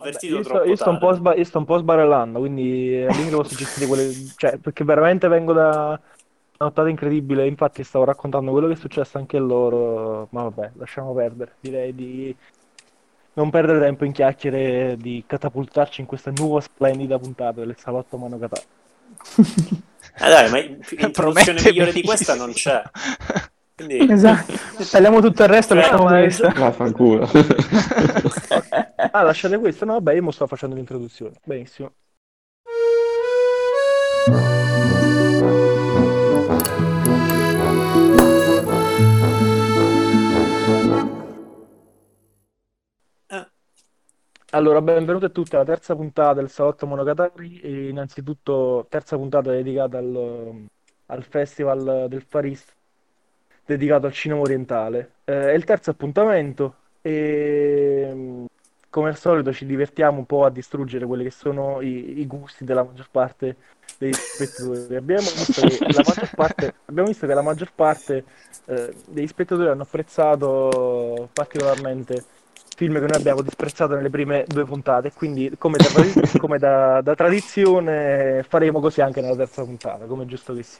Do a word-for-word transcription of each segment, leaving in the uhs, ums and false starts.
Vabbè, avvertito io sto, troppo io sto un po' tardi. sba- io sto un po' sbarellando, quindi al limite posso gestire quelle, cioè, perché veramente vengo da una nottata incredibile, infatti stavo raccontando quello che è successo anche a loro, ma vabbè, lasciamo perdere, direi di non perdere tempo in chiacchiere, di catapultarci in questa nuova splendida puntata del Salotto Monogatari. Eh dai, ma introduzione Promette migliore di questa non benissimo. c'è. Quindi, Esatto. Tagliamo tutto il resto e cioè, lasciamo No, ma è questa. già... Vaffanculo. ok. Ah, lasciate questo? No, vabbè, io mo sto facendo l'introduzione. Benissimo. eh, Allora, benvenuti a tutti alla terza puntata del Salotto Monogatari. E innanzitutto, terza puntata dedicata al, al Festival del Far East, dedicato al cinema orientale. Eh, è il terzo appuntamento e, mh, come al solito, ci divertiamo un po' a distruggere quelli che sono i, i gusti della maggior parte degli spettatori. Abbiamo visto che la maggior parte, abbiamo visto che la maggior parte eh, degli spettatori hanno apprezzato particolarmente film che noi abbiamo disprezzato nelle prime due puntate, quindi come da, tradi- come da- da tradizione faremo così anche nella terza puntata, come è giusto che sia.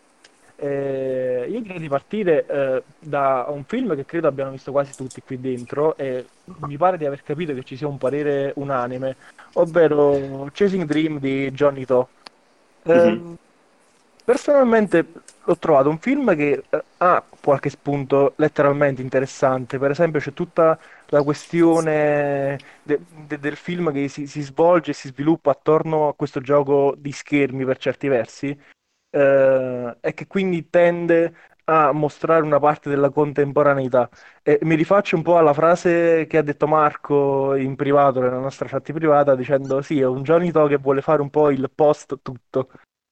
Eh, io direi di partire eh, da un film che credo abbiano visto quasi tutti qui dentro e mi pare di aver capito che ci sia un parere unanime, ovvero Chasing Dream di Johnny To. mhm. Ehm, Personalmente l'ho trovato un film che eh, ha qualche spunto letteralmente interessante. Per esempio, c'è tutta la questione de- de- del film che si, si svolge e si sviluppa attorno a questo gioco di schermi per certi versi, eh, e che quindi tende a mostrare una parte della contemporaneità. E mi rifaccio un po' alla frase che ha detto Marco in privato, nella nostra chat privata, dicendo sì, è un Johnny To che vuole fare un po' il post tutto.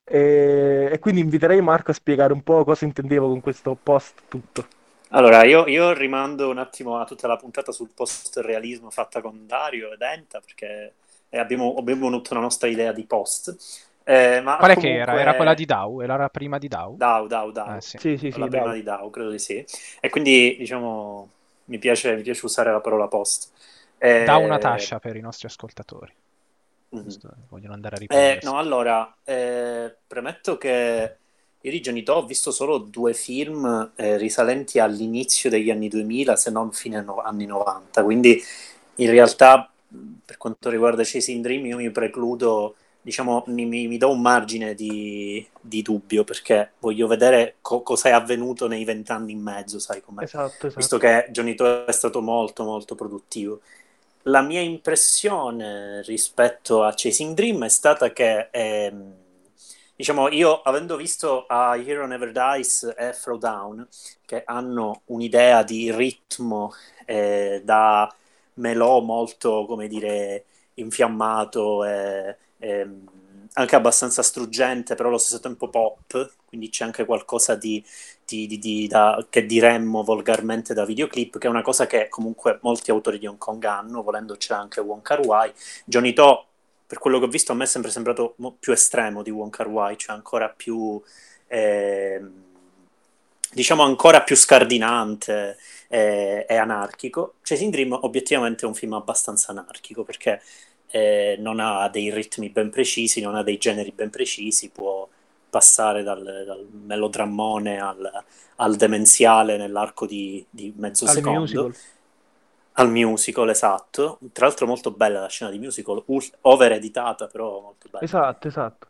E, e quindi inviterei Marco a spiegare un po' cosa intendevo con questo post tutto. Allora, io, io rimando un attimo a tutta la puntata sul post-realismo fatta con Dario ed Enta, perché eh, abbiamo, abbiamo avuto una nostra idea di post. Eh, ma Qual è che era? Era quella di comunque, Dao? Era la prima di Dao? Dau, Dau, Eh Dau, sì. Sì, sì, la sì, prima Dao. di Dau, credo di sì. E quindi, diciamo, mi piace, mi piace usare la parola post. Dao Eh, Natasha per i nostri ascoltatori. mhm. Giusto, vogliono andare a Eh, riprendersi. no, allora, eh, premetto che io di Johnny To ho visto solo due film eh, risalenti all'inizio degli anni duemila, se non fine no- anni novanta, quindi in realtà mh, per quanto riguarda Chasing Dream io mi precludo, diciamo, mi, mi- mi do un margine di, di dubbio perché voglio vedere co- cosa è avvenuto nei vent'anni in mezzo, sai com'è, Esatto, visto esatto. che Johnny To è stato molto molto produttivo. La mia impressione rispetto a Chasing Dream è stata che, ehm, diciamo, io avendo visto a Hero Never Dies e Throwdown, che hanno un'idea di ritmo eh, da melò molto, come dire, infiammato e, ehm, anche abbastanza struggente, però allo stesso tempo pop, quindi c'è anche qualcosa di di- di- di- da- che diremmo volgarmente da videoclip, che è una cosa che comunque molti autori di Hong Kong hanno, volendo c'è anche Wong Kar-wai. Johnny To, per quello che ho visto, a me è sempre sembrato mo- più estremo di Wong Kar-wai, cioè ancora più, ehm, diciamo, ancora più scardinante e, e anarchico. Chasing Dream obiettivamente è un film abbastanza anarchico, perché eh, non ha dei ritmi ben precisi, non ha dei generi ben precisi, può passare dal, dal melodrammone al, al demenziale nell'arco di, di mezzo Al secondo, musical. al musical, esatto. Tra l'altro molto bella la scena di musical, ul- over editata, però molto bella. Esatto, esatto.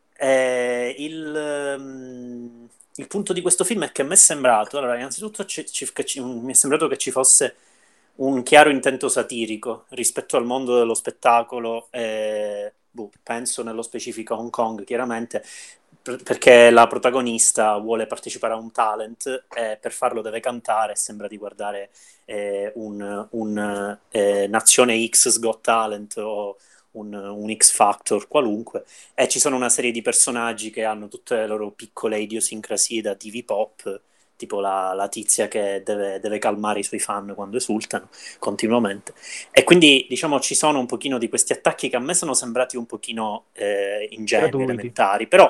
Eh, il, ehm, il punto di questo film è che a me è sembrato, allora, innanzitutto ci- ci- che ci- mi è sembrato che ci fosse un chiaro intento satirico rispetto al mondo dello spettacolo, e, boh, penso nello specifico a Hong Kong, chiaramente, per- perché la protagonista vuole partecipare a un talent e per farlo deve cantare e sembra di guardare eh, un, un, eh, Nazione X Got Talent o un, un X Factor qualunque, e ci sono una serie di personaggi che hanno tutte le loro piccole idiosincrasie da divi pop, tipo la, la tizia che deve, deve calmare i suoi fan quando esultano continuamente. E quindi, diciamo, ci sono un pochino di questi attacchi che a me sono sembrati un pochino eh, ingenui, Gratuiti. elementari, però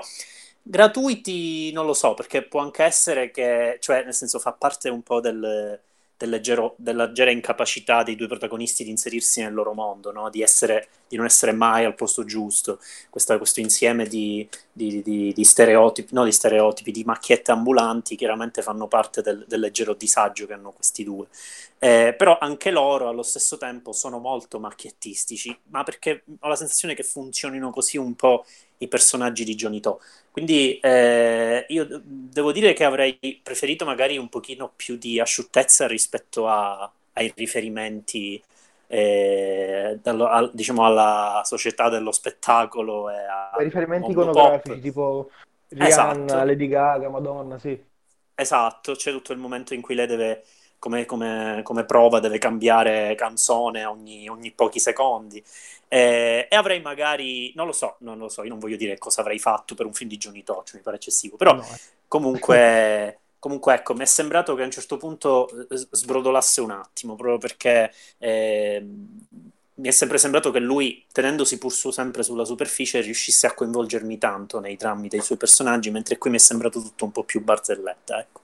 gratuiti non lo so, perché può anche essere che, cioè, nel senso, fa parte un po' del, del leggero, della leggera incapacità dei due protagonisti di inserirsi nel loro mondo, no? Di essere, di non essere mai al posto giusto, Questa, questo insieme di, di, di, di stereotipi, no di stereotipi, di macchiette ambulanti chiaramente fanno parte del, del leggero disagio che hanno questi due. Eh, però anche loro allo stesso tempo sono molto macchiettistici, ma perché ho la sensazione che funzionino così un po' i personaggi di Johnny To. Quindi eh, io devo dire che avrei preferito magari un pochino più di asciuttezza rispetto a, ai riferimenti eh, dallo- al- diciamo alla società dello spettacolo e Per al riferimenti mondo pop. iconografici tipo Rihanna, Esatto. Lady Gaga, Madonna, sì. Esatto, c'è tutto il momento in cui lei deve, come, come- come prova, deve cambiare canzone ogni, ogni pochi secondi. Eh, e avrei magari, non lo so, non lo so, io non voglio dire cosa avrei fatto per un film di Johnny To, cioè mi pare eccessivo, però No, comunque, comunque ecco, mi è sembrato che a un certo punto eh, s- sbrodolasse un attimo, proprio perché eh, mi è sempre sembrato che lui, tenendosi pur su sempre sulla superficie, riuscisse a coinvolgermi tanto nei drammi dei suoi personaggi, mentre qui mi è sembrato tutto un po' più barzelletta, ecco.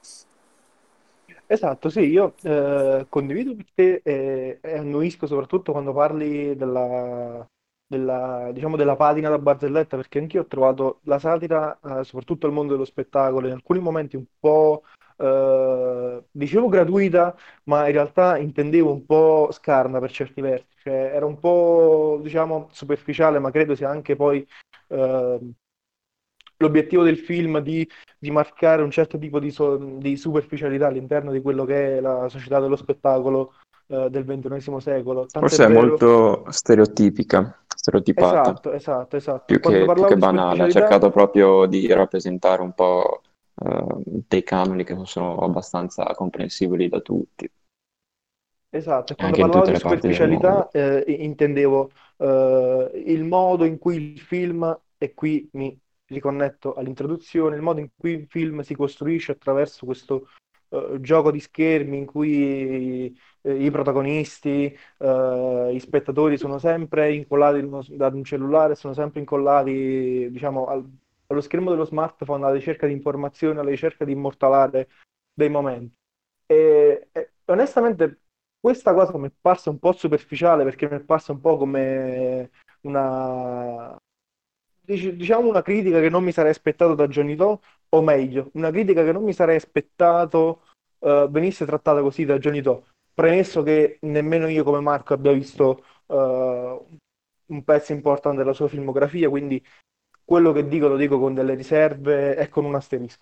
esatto, sì, io eh, condivido con te e, e annuisco soprattutto quando parli della, della, diciamo, della patina da barzelletta, perché anch'io ho trovato la satira, eh, soprattutto al mondo dello spettacolo, in alcuni momenti un po', eh, dicevo gratuita, ma in realtà intendevo un po' scarna per certi versi, cioè era un po', diciamo, superficiale, ma credo sia anche poi eh, l'obiettivo del film di, di marcare un certo tipo di, so- di superficialità all'interno di quello che è la società dello spettacolo eh, del ventunesimo secolo. Tant'è Forse è vero. molto stereotipica, stereotipata, Esatto, esatto, esatto. più Quando che, più parlavo che di banale. Ha superficialità, cercato proprio di rappresentare un po' eh, dei canoni che sono abbastanza comprensibili da tutti, esatto, e quando anche in parlavo tutte di le parti del mondo. superficialità eh, intendevo eh, il modo in cui il film, e qui mi riconnetto all'introduzione, il modo in cui il film si costruisce attraverso questo eh, gioco di schermi in cui eh, i protagonisti, eh, gli spettatori sono sempre incollati in uno- da un cellulare, sono sempre incollati, diciamo, al- allo schermo dello smartphone alla ricerca di informazioni, alla ricerca di immortalare dei momenti. E, e onestamente questa cosa mi è parsa un po' superficiale perché mi è parsa un po' come una, dici- diciamo una critica che non mi sarei aspettato da Johnny To, o meglio, una critica che non mi sarei aspettato eh, venisse trattata così da Johnny To. Premesso che nemmeno io come Marco abbia visto eh, un pezzo importante della sua filmografia, quindi quello che dico lo dico con delle riserve e con un asterisco.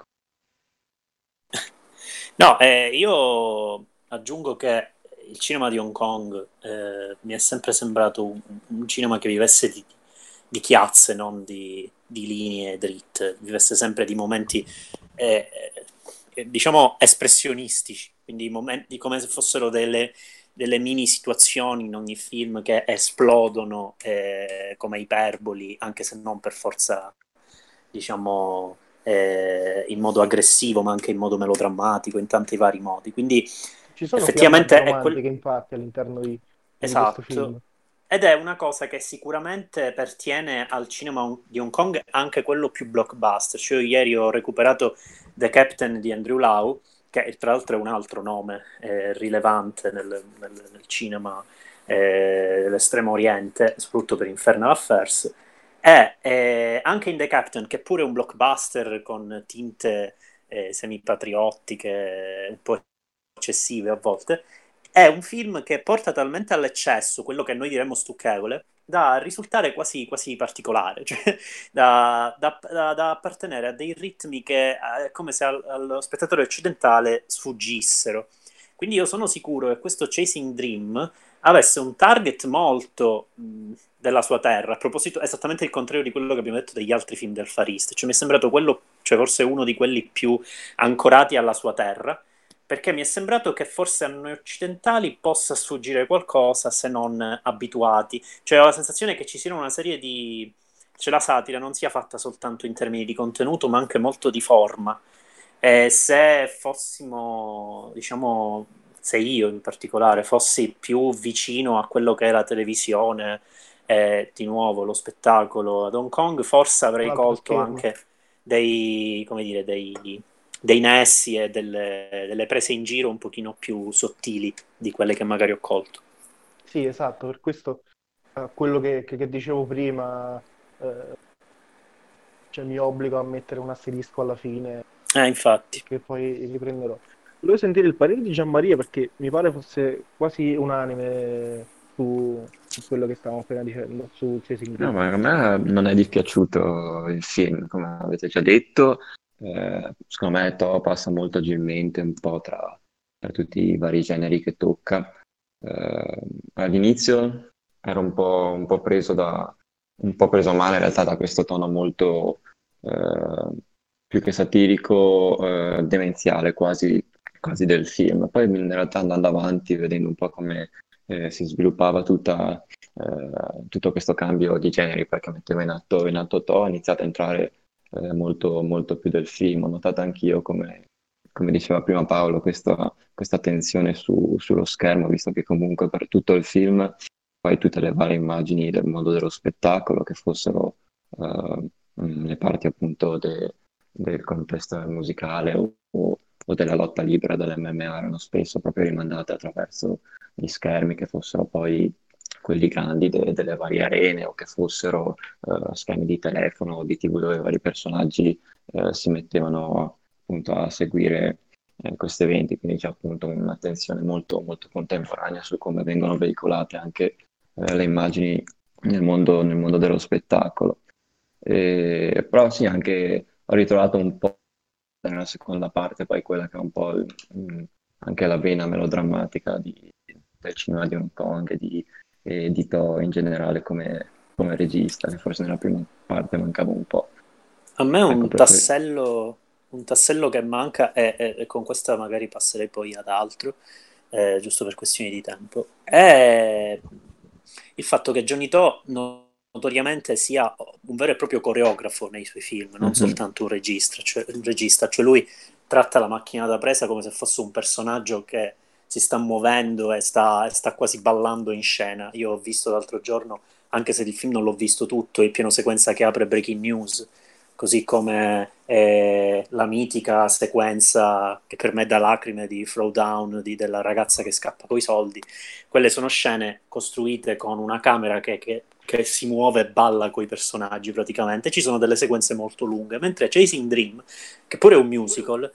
No, eh, io aggiungo che il cinema di Hong Kong eh, mi è sempre sembrato un, un cinema che vivesse di, di chiazze, non di, di linee dritte, vivesse sempre di momenti, eh, eh, diciamo, espressionistici, quindi momenti come se fossero delle, delle mini situazioni in ogni film che esplodono eh, come iperboli, anche se non per forza, diciamo eh, in modo aggressivo, ma anche in modo melodrammatico, in tanti vari modi. Quindi Ci sono fiammate effettivamente è quel... romantiche, infatti, all'interno di, di questo film. Esatto. Ed è una cosa che sicuramente pertiene al cinema di Hong Kong, anche quello più blockbuster. Cioè, io ieri ho recuperato The Captain di Andrew Lau, che tra l'altro è un altro nome eh, rilevante nel, nel, nel cinema eh, dell'estremo oriente, soprattutto per Infernal Affairs. E eh, anche in The Captain, che pure è un blockbuster con tinte eh, semipatriottiche, un po' eccessive a volte, è un film che porta talmente all'eccesso quello che noi diremmo stucchevole da risultare quasi, quasi particolare, cioè da, da- da- da appartenere a dei ritmi che eh, è come se al- allo spettatore occidentale sfuggissero. Quindi io sono sicuro che questo Chasing Dream avesse un target molto mh, della sua terra, a proposito esattamente il contrario di quello che abbiamo detto degli altri film del Far East, cioè mi è sembrato quello, cioè forse uno di quelli più ancorati alla sua terra, perché mi è sembrato che forse a noi occidentali possa sfuggire qualcosa se non abituati. Cioè ho la sensazione che ci sia una serie di... cioè la satira non sia fatta soltanto in termini di contenuto, ma anche molto di forma. E se fossimo, diciamo, se io in particolare fossi più vicino a quello che è la televisione e di nuovo lo spettacolo ad Hong Kong, forse avrei Un altro colto schermo. anche dei, come dire, dei dei nessi e delle, delle prese in giro un pochino più sottili di quelle che magari ho colto. Sì, esatto, per questo eh, quello che, che- che dicevo prima, eh, cioè mi obbligo a mettere un asterisco alla fine, Eh, infatti. che poi riprenderò. Volevo sentire il parere di Gianmaria perché mi pare fosse quasi unanime su, su quello che stavamo appena dicendo, su Chasing No, Green. ma a me non è dispiaciuto il film, come avete già detto. Eh, secondo me To passa molto agilmente un po' tra, tra tutti i vari generi che tocca. Eh, all'inizio ero un po', un po' preso da, un po' preso male in realtà da questo tono molto eh, più che satirico, eh, demenziale quasi, quasi del film. Poi in realtà andando avanti, vedendo un po' come eh, si sviluppava tutta eh, tutto questo cambio di generi perché metteva in atto, in atto To, ho iniziato a entrare eh, molto, molto più del film. Ho notato anch'io, come, come diceva prima Paolo, questa, questa tensione su- sullo schermo, visto che comunque per tutto il film poi tutte le varie immagini del mondo dello spettacolo, che fossero eh, mh, le parti appunto de- del contesto musicale o, o- o della lotta libera dell'M M A, erano spesso proprio rimandate attraverso gli schermi, che fossero poi quelli grandi de- delle varie arene o che fossero eh, schermi di telefono o di T V dove i vari personaggi eh, si mettevano appunto a seguire eh, questi eventi, quindi c'è appunto un'attenzione molto, molto contemporanea su come vengono veicolate anche eh, le immagini nel mondo, nel mondo dello spettacolo. E, però sì, anche ho ritrovato un po' nella seconda parte, poi quella che è un po' mm, anche la vena melodrammatica di- del cinema di Hong Kong e di, e di To in generale come, come regista, che forse nella prima parte mancava un po'. A me Ecco, un per que- tassello, un tassello che manca, e, e- e con questa magari passerei poi ad altro, eh, giusto per questioni di tempo, è il fatto che Johnny To notoriamente sia un vero e proprio coreografo nei suoi film, non Mhm. soltanto un regista, cioè, un regista, cioè lui tratta la macchina da presa come se fosse un personaggio che si sta muovendo e sta, e sta quasi ballando in scena. Io ho visto l'altro giorno, anche se il film non l'ho visto tutto, il piano sequenza che apre Breaking News, così come eh, la mitica sequenza che per me è da lacrime di Throwdown, di, della ragazza che scappa coi soldi. Quelle sono scene costruite con una camera che, che, che si muove e balla coi personaggi praticamente. Ci sono delle sequenze molto lunghe, mentre Chasing Dream, che pure è un musical,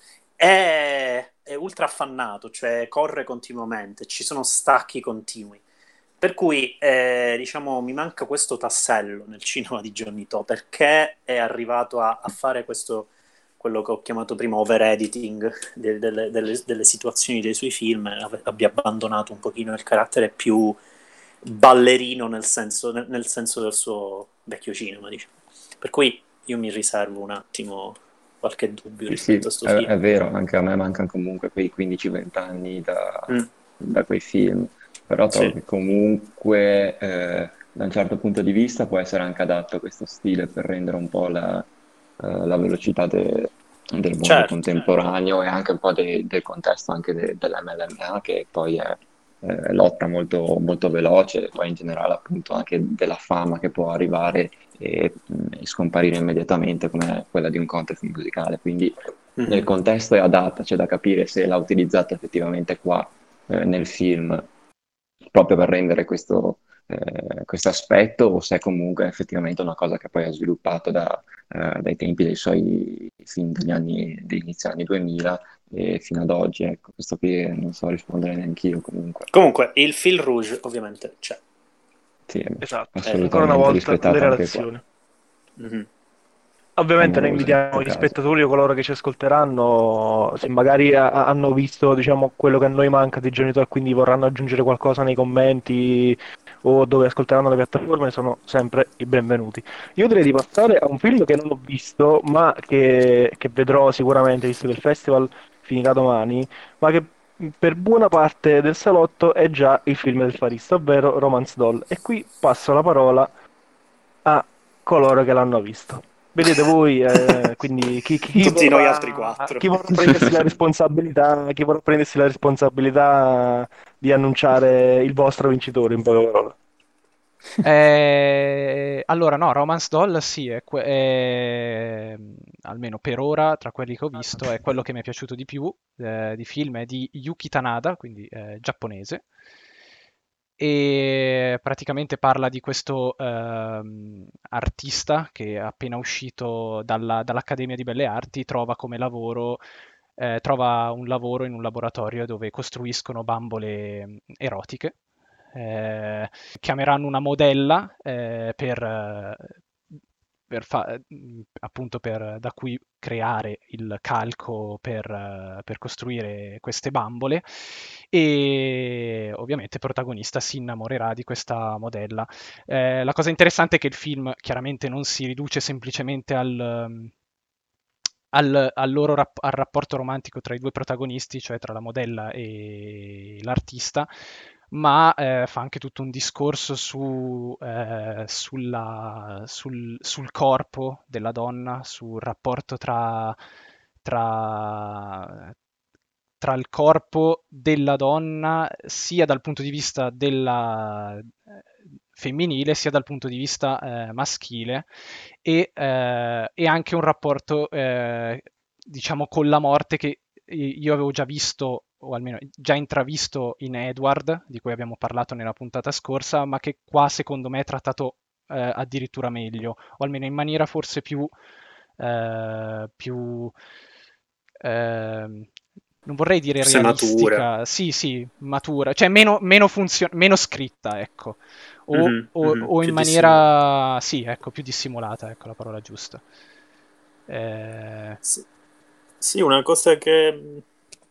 è, è ultra affannato, cioè corre continuamente, ci sono stacchi continui. Per cui, eh, diciamo, mi manca questo tassello nel cinema di Johnny To, perché è arrivato a, a fare questo, quello che ho chiamato prima over-editing de- delle, delle- delle situazioni dei suoi film, e ave- abbia abbandonato un pochino il carattere più ballerino nel senso, nel, nel senso del suo vecchio cinema, diciamo. Per cui io mi riservo un attimo qualche dubbio Sì, rispetto a sì, sto è, film. è vero, anche a me mancano comunque quei quindici venti anni da, Mm, da quei film, però trovo sì, che comunque eh, da un certo punto di vista può essere anche adatto a questo stile per rendere un po' la, eh, la velocità de- del mondo certo. contemporaneo e anche un po' de- del contesto anche de- dell'M L M A, che poi è eh, lotta molto, molto veloce, e poi in generale appunto anche della fama che può arrivare e, e scomparire immediatamente come quella di un contest musicale. Quindi nel Mhm. contesto è adatta, c'è da capire se l'ha utilizzata effettivamente qua eh, nel film proprio per rendere questo, eh, questo aspetto o se è comunque effettivamente una cosa che poi ha sviluppato da, eh, dai tempi dei suoi film degli anni, degli inizi anni duemila e fino ad oggi. Ecco, questo qui non so rispondere neanche io comunque. Comunque, il fil rouge ovviamente c'è. Sì, è Esatto, Eh, ancora una assolutamente volta le rispettato anche qua, relazioni. mhm. Ovviamente noi clamoroso in invitiamo questo gli caso. spettatori o coloro che ci ascolteranno, se magari ha- hanno visto, diciamo, quello che a noi manca di Johnny To e quindi vorranno aggiungere qualcosa nei commenti o dove ascolteranno le piattaforme, sono sempre i benvenuti. Io direi di passare a un film che non ho visto, ma che, che vedrò sicuramente, visto che il festival finirà domani, ma che per buona parte del salotto è già il film del Farista, ovvero Romance Doll. E qui passo la parola a coloro che l'hanno visto. Vedete voi, eh, quindi chi, chi Tutti noi altri vorrà, quattro. chi vorrà prendersi la responsabilità, chi vorrà prendersi la responsabilità di annunciare il vostro vincitore, in poche parole. Eh, Allora, no, Romance Doll sì, è que- è- almeno per ora, tra quelli che ho visto, è quello che mi è piaciuto di più eh, di film, è di Yuki Tanada, quindi eh, giapponese, e praticamente parla di questo ehm, artista che è appena uscito dalla- dall'Accademia di Belle Arti, trova come lavoro, eh, trova un lavoro in un laboratorio dove costruiscono bambole mm, erotiche. Eh, chiameranno una modella eh, per, eh, per fa- mh, appunto per, da cui creare il calco per, eh, per costruire queste bambole e ovviamente il protagonista si innamorerà di questa modella. Eh, la cosa interessante è che il film chiaramente non si riduce semplicemente al... um, al, al loro rap- al rapporto romantico tra i due protagonisti, cioè tra la modella e l'artista, ma eh, fa anche tutto un discorso su, eh, sulla- sul, sul corpo della donna, sul rapporto tra, tra, tra il corpo della donna sia dal punto di vista della, eh, femminile sia dal punto di vista eh, maschile e, eh, e anche un rapporto eh, diciamo con la morte che io avevo già visto o almeno già intravisto in Edward, di cui abbiamo parlato nella puntata scorsa, ma che qua secondo me è trattato eh, addirittura meglio, o almeno in maniera forse più, eh, più ehm, non vorrei dire Forse matura. realistica, sì, sì, matura, cioè meno, meno, funzio- meno scritta, ecco, o, Mhm, o- mhm, o in più dissimulata. maniera, sì, ecco, più dissimulata, ecco la parola giusta. Eh, Sì. Sì, una cosa che mh,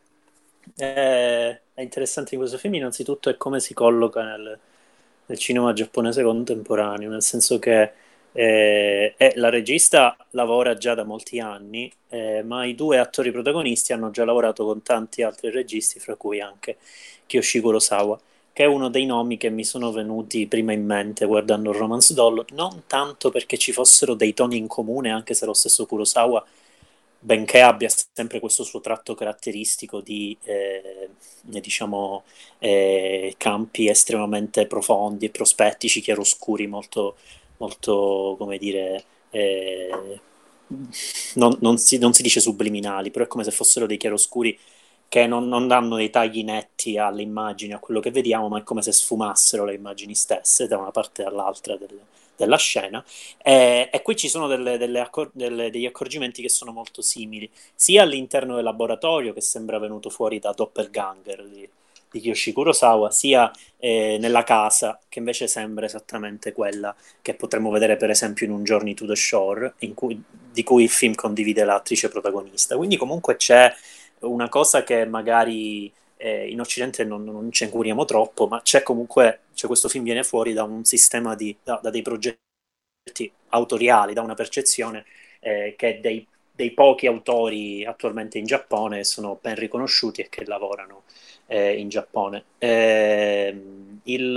è, è interessante in questo film innanzitutto è come si colloca nel, nel cinema giapponese contemporaneo, nel senso che eh, eh, la regista lavora già da molti anni, eh, ma i due attori protagonisti hanno già lavorato con tanti altri registi, fra cui anche Kiyoshi Kurosawa, che è uno dei nomi che mi sono venuti prima in mente guardando Romance Doll, non tanto perché ci fossero dei toni in comune, anche se lo stesso Kurosawa, benché abbia sempre questo suo tratto caratteristico di, eh, diciamo, eh, campi estremamente profondi e prospettici, chiaroscuri, molto, molto, come dire, eh, non, non si, non si dice subliminali, però è come se fossero dei chiaroscuri che non, non danno dei tagli netti alle immagini, a quello che vediamo, ma è come se sfumassero le immagini stesse da una parte all'altra del- della scena. E, e qui ci sono delle- delle accor- delle- degli accorgimenti che sono molto simili, sia all'interno del laboratorio, che sembra venuto fuori da Doppelganger di, di Kiyoshi Kurosawa, sia eh, nella casa, che invece sembra esattamente quella che potremmo vedere per esempio in Un Journey to the Shore, in cui- di cui il film condivide l'attrice protagonista. Quindi comunque c'è una cosa che magari eh, in Occidente non, non ci incuriamo troppo, ma c'è comunque, cioè questo film viene fuori da un sistema di, da, da dei progetti autoriali, da una percezione eh, che dei, dei pochi autori attualmente in Giappone sono ben riconosciuti e che lavorano eh, in Giappone. Eh, il,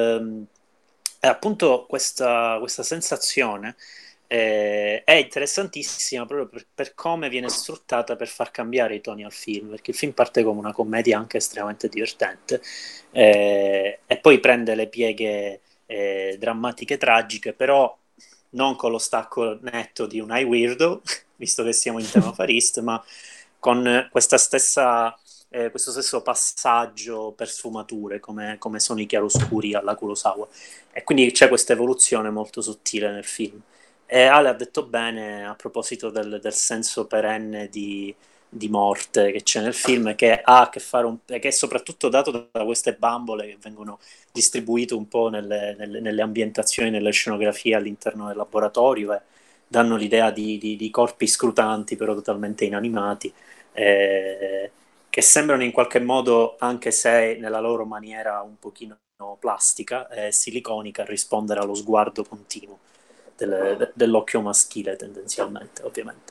eh, appunto questa, questa sensazione eh, è interessantissima proprio per, per come viene sfruttata per far cambiare i toni al film, perché il film parte come una commedia anche estremamente divertente eh, e poi prende le pieghe eh, drammatiche, tragiche, però non con lo stacco netto di un I Weirdo, visto che siamo in tema Far East, ma con questa stessa, eh, questo stesso passaggio per sfumature, come, come sono i chiaroscuri alla Kurosawa. E quindi c'è questa evoluzione molto sottile nel film. E Ale ha detto bene a proposito del, del senso perenne di, di morte che c'è nel film, che ha a che fare un, che è soprattutto dato da, da queste bambole che vengono distribuite un po' nelle, nelle, nelle ambientazioni, nelle scenografie all'interno del laboratorio e danno l'idea di, di, di corpi scrutanti però totalmente inanimati, eh, che sembrano in qualche modo, anche se nella loro maniera un pochino plastica e siliconica, rispondere allo sguardo continuo del- de- dell'occhio maschile tendenzialmente, ovviamente.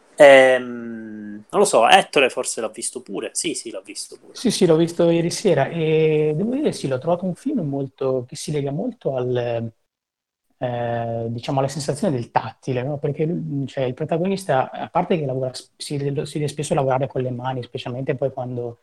Ehm, non lo so, Ettore forse l'ha visto pure. Sì, sì, l'ha visto pure. Sì, sì, l'ho visto ieri sera e devo dire sì, l'ho trovato un film molto, che si lega molto al, eh, diciamo, alla sensazione del tattile, no? Perché lui- cioè, il protagonista, a parte che lavora, si, si deve spesso lavorare con le mani, specialmente poi quando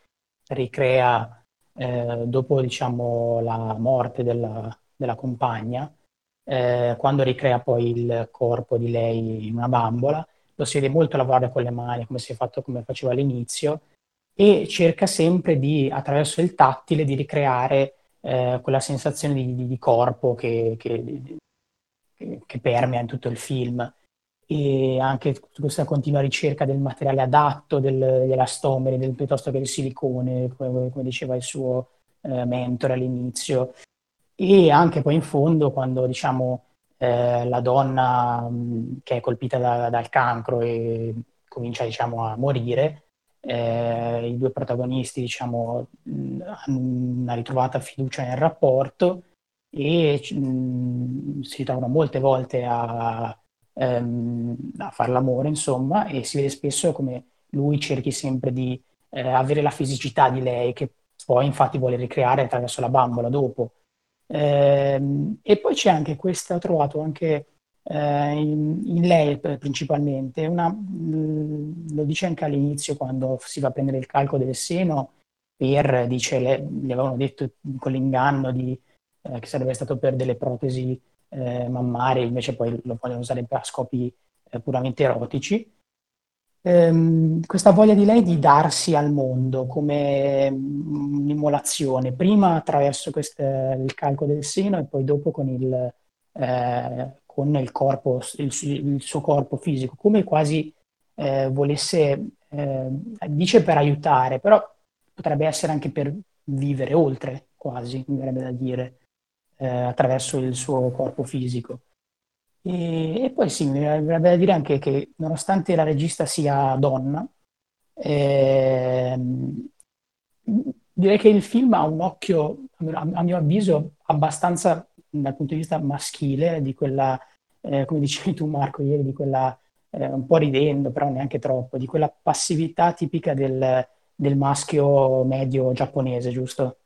ricrea, eh, dopo, diciamo, la morte della, della compagna, eh, quando ricrea poi il corpo di lei in una bambola, lo si vede molto lavorare con le mani, come si è fatto, come faceva all'inizio, e cerca sempre di, attraverso il tattile, di ricreare eh, quella sensazione di, di- di corpo che, che- che- che permea in tutto il film. E anche tutta questa continua ricerca del materiale adatto, del- degli elastomeri, del- piuttosto che del silicone, come, come diceva il suo eh, mentore all'inizio. E anche poi in fondo, quando diciamo eh, la donna mh, che è colpita da- dal cancro e comincia diciamo a morire, eh, i due protagonisti diciamo mh, hanno una ritrovata fiducia nel rapporto e mh, si ritrovano molte volte a, ehm, a fare l'amore, insomma, e si vede spesso come lui cerchi sempre di eh, avere la fisicità di lei, che poi infatti vuole ricreare attraverso la bambola dopo. Ehm, e poi c'è anche questa, ho trovato anche eh, in, in lei eh, principalmente, una, mh, lo dice anche all'inizio quando si va a prendere il calco del seno, per, dice, le, gli avevano detto con l'inganno di, eh, che sarebbe stato per delle protesi eh, mammarie, invece poi lo vogliono usare a scopi eh, puramente erotici. Ehm, questa voglia di lei di darsi al mondo come mm, un'immolazione, prima attraverso queste- il calco del seno e poi dopo con il, eh, con il corpo, il, su- il suo corpo fisico, come quasi eh, volesse, eh, dice per aiutare, però potrebbe essere anche per vivere oltre, quasi, mi verrebbe da dire, eh, attraverso il suo corpo fisico. E, e poi sì, mi verrebbe da dire anche che nonostante la regista sia donna, ehm, direi che il film ha un occhio, a a mio avviso, abbastanza dal punto di vista maschile, di quella, eh, come dicevi tu Marco ieri, di quella, eh, un po' ridendo, però neanche troppo, di quella passività tipica del, del maschio medio giapponese, giusto?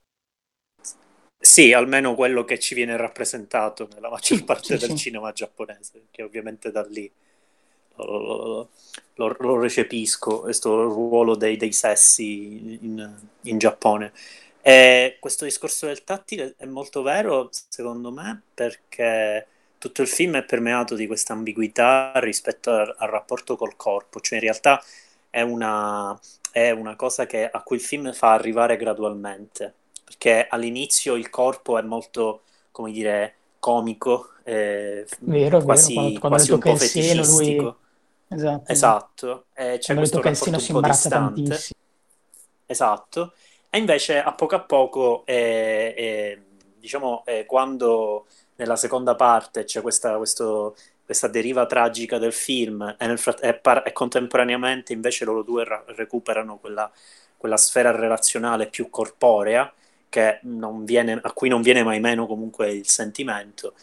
Sì, almeno quello che ci viene rappresentato nella maggior Sì, parte sì, del sì. cinema giapponese, che ovviamente da lì lo, lo- lo- lo recepisco, questo ruolo dei, dei sessi in, in Giappone. E questo discorso del tattile è molto vero, secondo me, perché tutto il film è permeato di questa ambiguità rispetto al, al rapporto col corpo, cioè in realtà è una, è una cosa che, a cui il film fa arrivare gradualmente, perché all'inizio il corpo è molto, come dire, comico, eh, Vero, vero, quando, quasi, quando le quasi un tocca po' il seno, lui... feticistico. Esatto, esatto. Esatto, e c'è Quando le questo tocca il seno rapporto un si po' imbarazza distante, tantissimo. esatto, e invece a poco a poco, eh, eh, diciamo, eh, quando nella seconda parte c'è questa, questo- questa deriva tragica del film e, nel frat- e par- e contemporaneamente invece loro due ra- recuperano quella, quella sfera relazionale più corporea, che non viene- a cui non viene mai meno comunque il sentimento.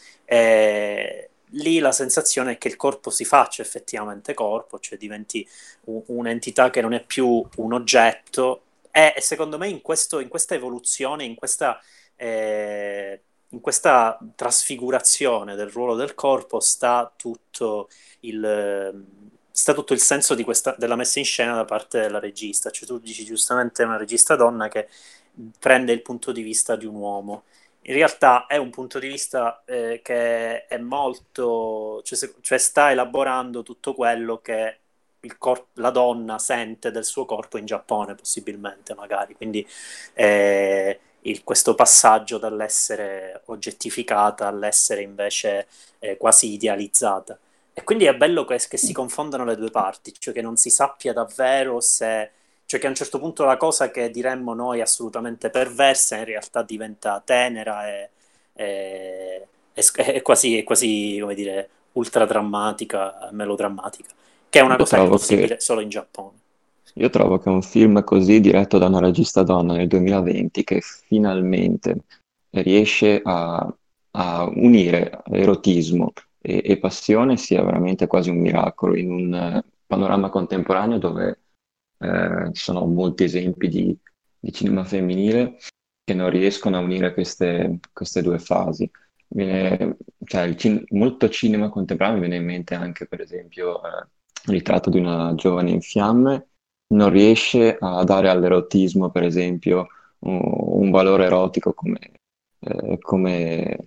E lì la sensazione è che il corpo si faccia effettivamente corpo, cioè diventi u- un'entità che non è più un oggetto. E, e secondo me in questo- in questa evoluzione, in questa, eh, in questa trasfigurazione del ruolo del corpo sta tutto il, sta tutto il senso di questa, della messa in scena da parte della regista. Cioè tu dici giustamente è una regista donna che prende il punto di vista di un uomo. In realtà è un punto di vista eh, che è molto, cioè, se- cioè sta elaborando tutto quello che il cor- la donna sente del suo corpo in Giappone, possibilmente, magari. Quindi eh, il- questo passaggio dall'essere oggettificata all'essere invece eh, quasi idealizzata. E quindi è bello che, che si confondano le due parti, cioè che non si sappia davvero se, cioè che a un certo punto la cosa che diremmo noi assolutamente perversa in realtà diventa tenera e, e- e sc- è quasi, è quasi, come dire, ultra drammatica, melodrammatica, che è una Io cosa che è trovo che, possibile solo in Giappone. io trovo che un film così diretto da una regista donna nel duemilaventi che finalmente riesce a, a unire erotismo e, e passione sia veramente quasi un miracolo in un eh, panorama contemporaneo dove eh, ci sono molti esempi di, di cinema femminile che non riescono a unire queste, queste due fasi. Viene- cioè, il cin- molto cinema contemporaneo mi viene in mente anche, per esempio, eh, il ritratto di una giovane in fiamme, non riesce a dare all'erotismo, per esempio, un, un valore erotico come, eh, come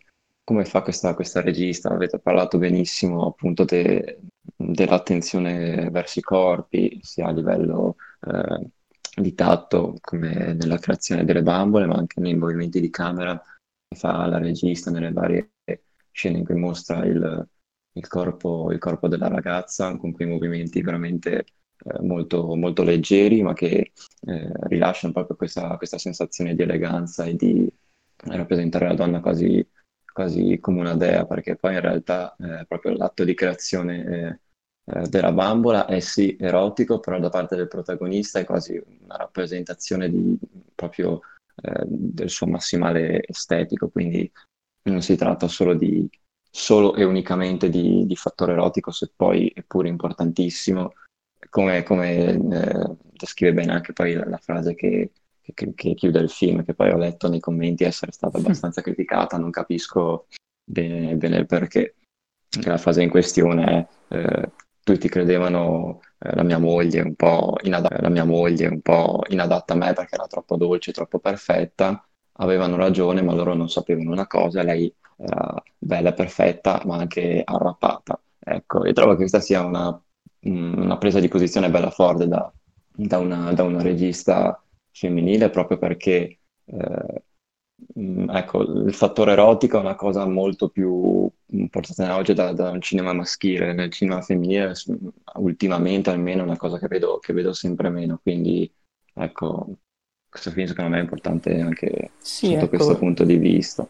come fa questa, questa regista? Avete parlato benissimo appunto de- dell'attenzione verso i corpi, sia a livello eh, di tatto, come nella creazione delle bambole, ma anche nei movimenti di camera che fa la regista nelle varie scene in cui mostra il, il corpo, il corpo della ragazza, con quei movimenti veramente eh, molto, molto leggeri, ma che eh, rilasciano proprio questa, questa sensazione di eleganza e di rappresentare la donna quasi, quasi come una dea, perché poi in realtà eh, proprio l'atto di creazione eh, eh, della bambola è sì erotico, però da parte del protagonista è quasi una rappresentazione di, proprio eh, del suo massimale estetico, quindi non si tratta solo di solo e unicamente di, di fattore erotico, se poi è pure importantissimo, come, come eh, descrive bene anche poi la, la frase che, che- che chiude il film, che poi ho letto nei commenti essere stata abbastanza criticata, non capisco bene, bene il perché. La frase in questione è eh, tutti credevano eh, la mia moglie è un po' inadatta, la mia moglie è un po' inadatta a me perché era troppo dolce, troppo perfetta, avevano ragione, ma loro non sapevano una cosa, lei era bella e perfetta, ma anche arrapata. Ecco, e trovo che questa sia una, una presa di posizione bella forte da, da una, da una regista femminile, proprio perché eh, mh, ecco, il fattore erotico è una cosa molto più portata oggi da, da un cinema maschile, nel cinema femminile s- ultimamente almeno è una cosa che vedo, che vedo sempre meno, quindi ecco, questo film secondo me è importante anche Sì, sotto questo ecco, punto di vista.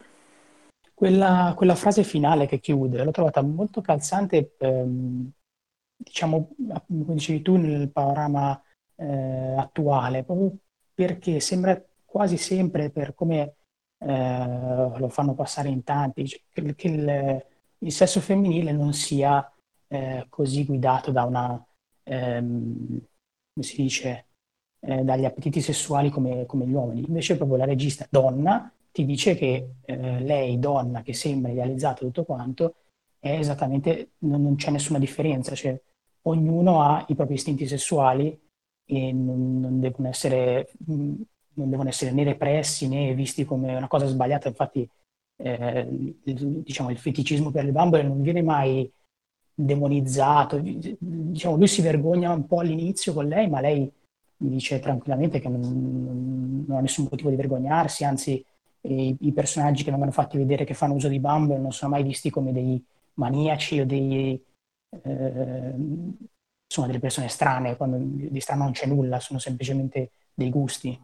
quella, quella frase finale che chiude l'ho trovata molto calzante, ehm, diciamo, come dicevi tu, nel panorama eh, attuale, proprio perché sembra quasi sempre, per come eh, lo fanno passare in tanti, cioè, che, che il, il sesso femminile non sia eh, così guidato da una, ehm, come si dice, eh, dagli appetiti sessuali come, come gli uomini. Invece proprio la regista donna ti dice che eh, lei, donna, che sembra idealizzata tutto quanto, è esattamente, non, non c'è nessuna differenza, cioè ognuno ha i propri istinti sessuali e non, non devono essere, mh, non devono essere né repressi né visti come una cosa sbagliata. Infatti, eh, il, diciamo, il feticismo per le bambole non viene mai demonizzato. Diciamo, lui si vergogna un po' all'inizio con lei, ma lei mi dice tranquillamente che non, non- non ha nessun motivo di vergognarsi, anzi i, i personaggi che vengono fatti vedere che fanno uso di Bumble non sono mai visti come dei maniaci o dei, eh, insomma, delle persone strane, quando di strano non c'è nulla, sono semplicemente dei gusti.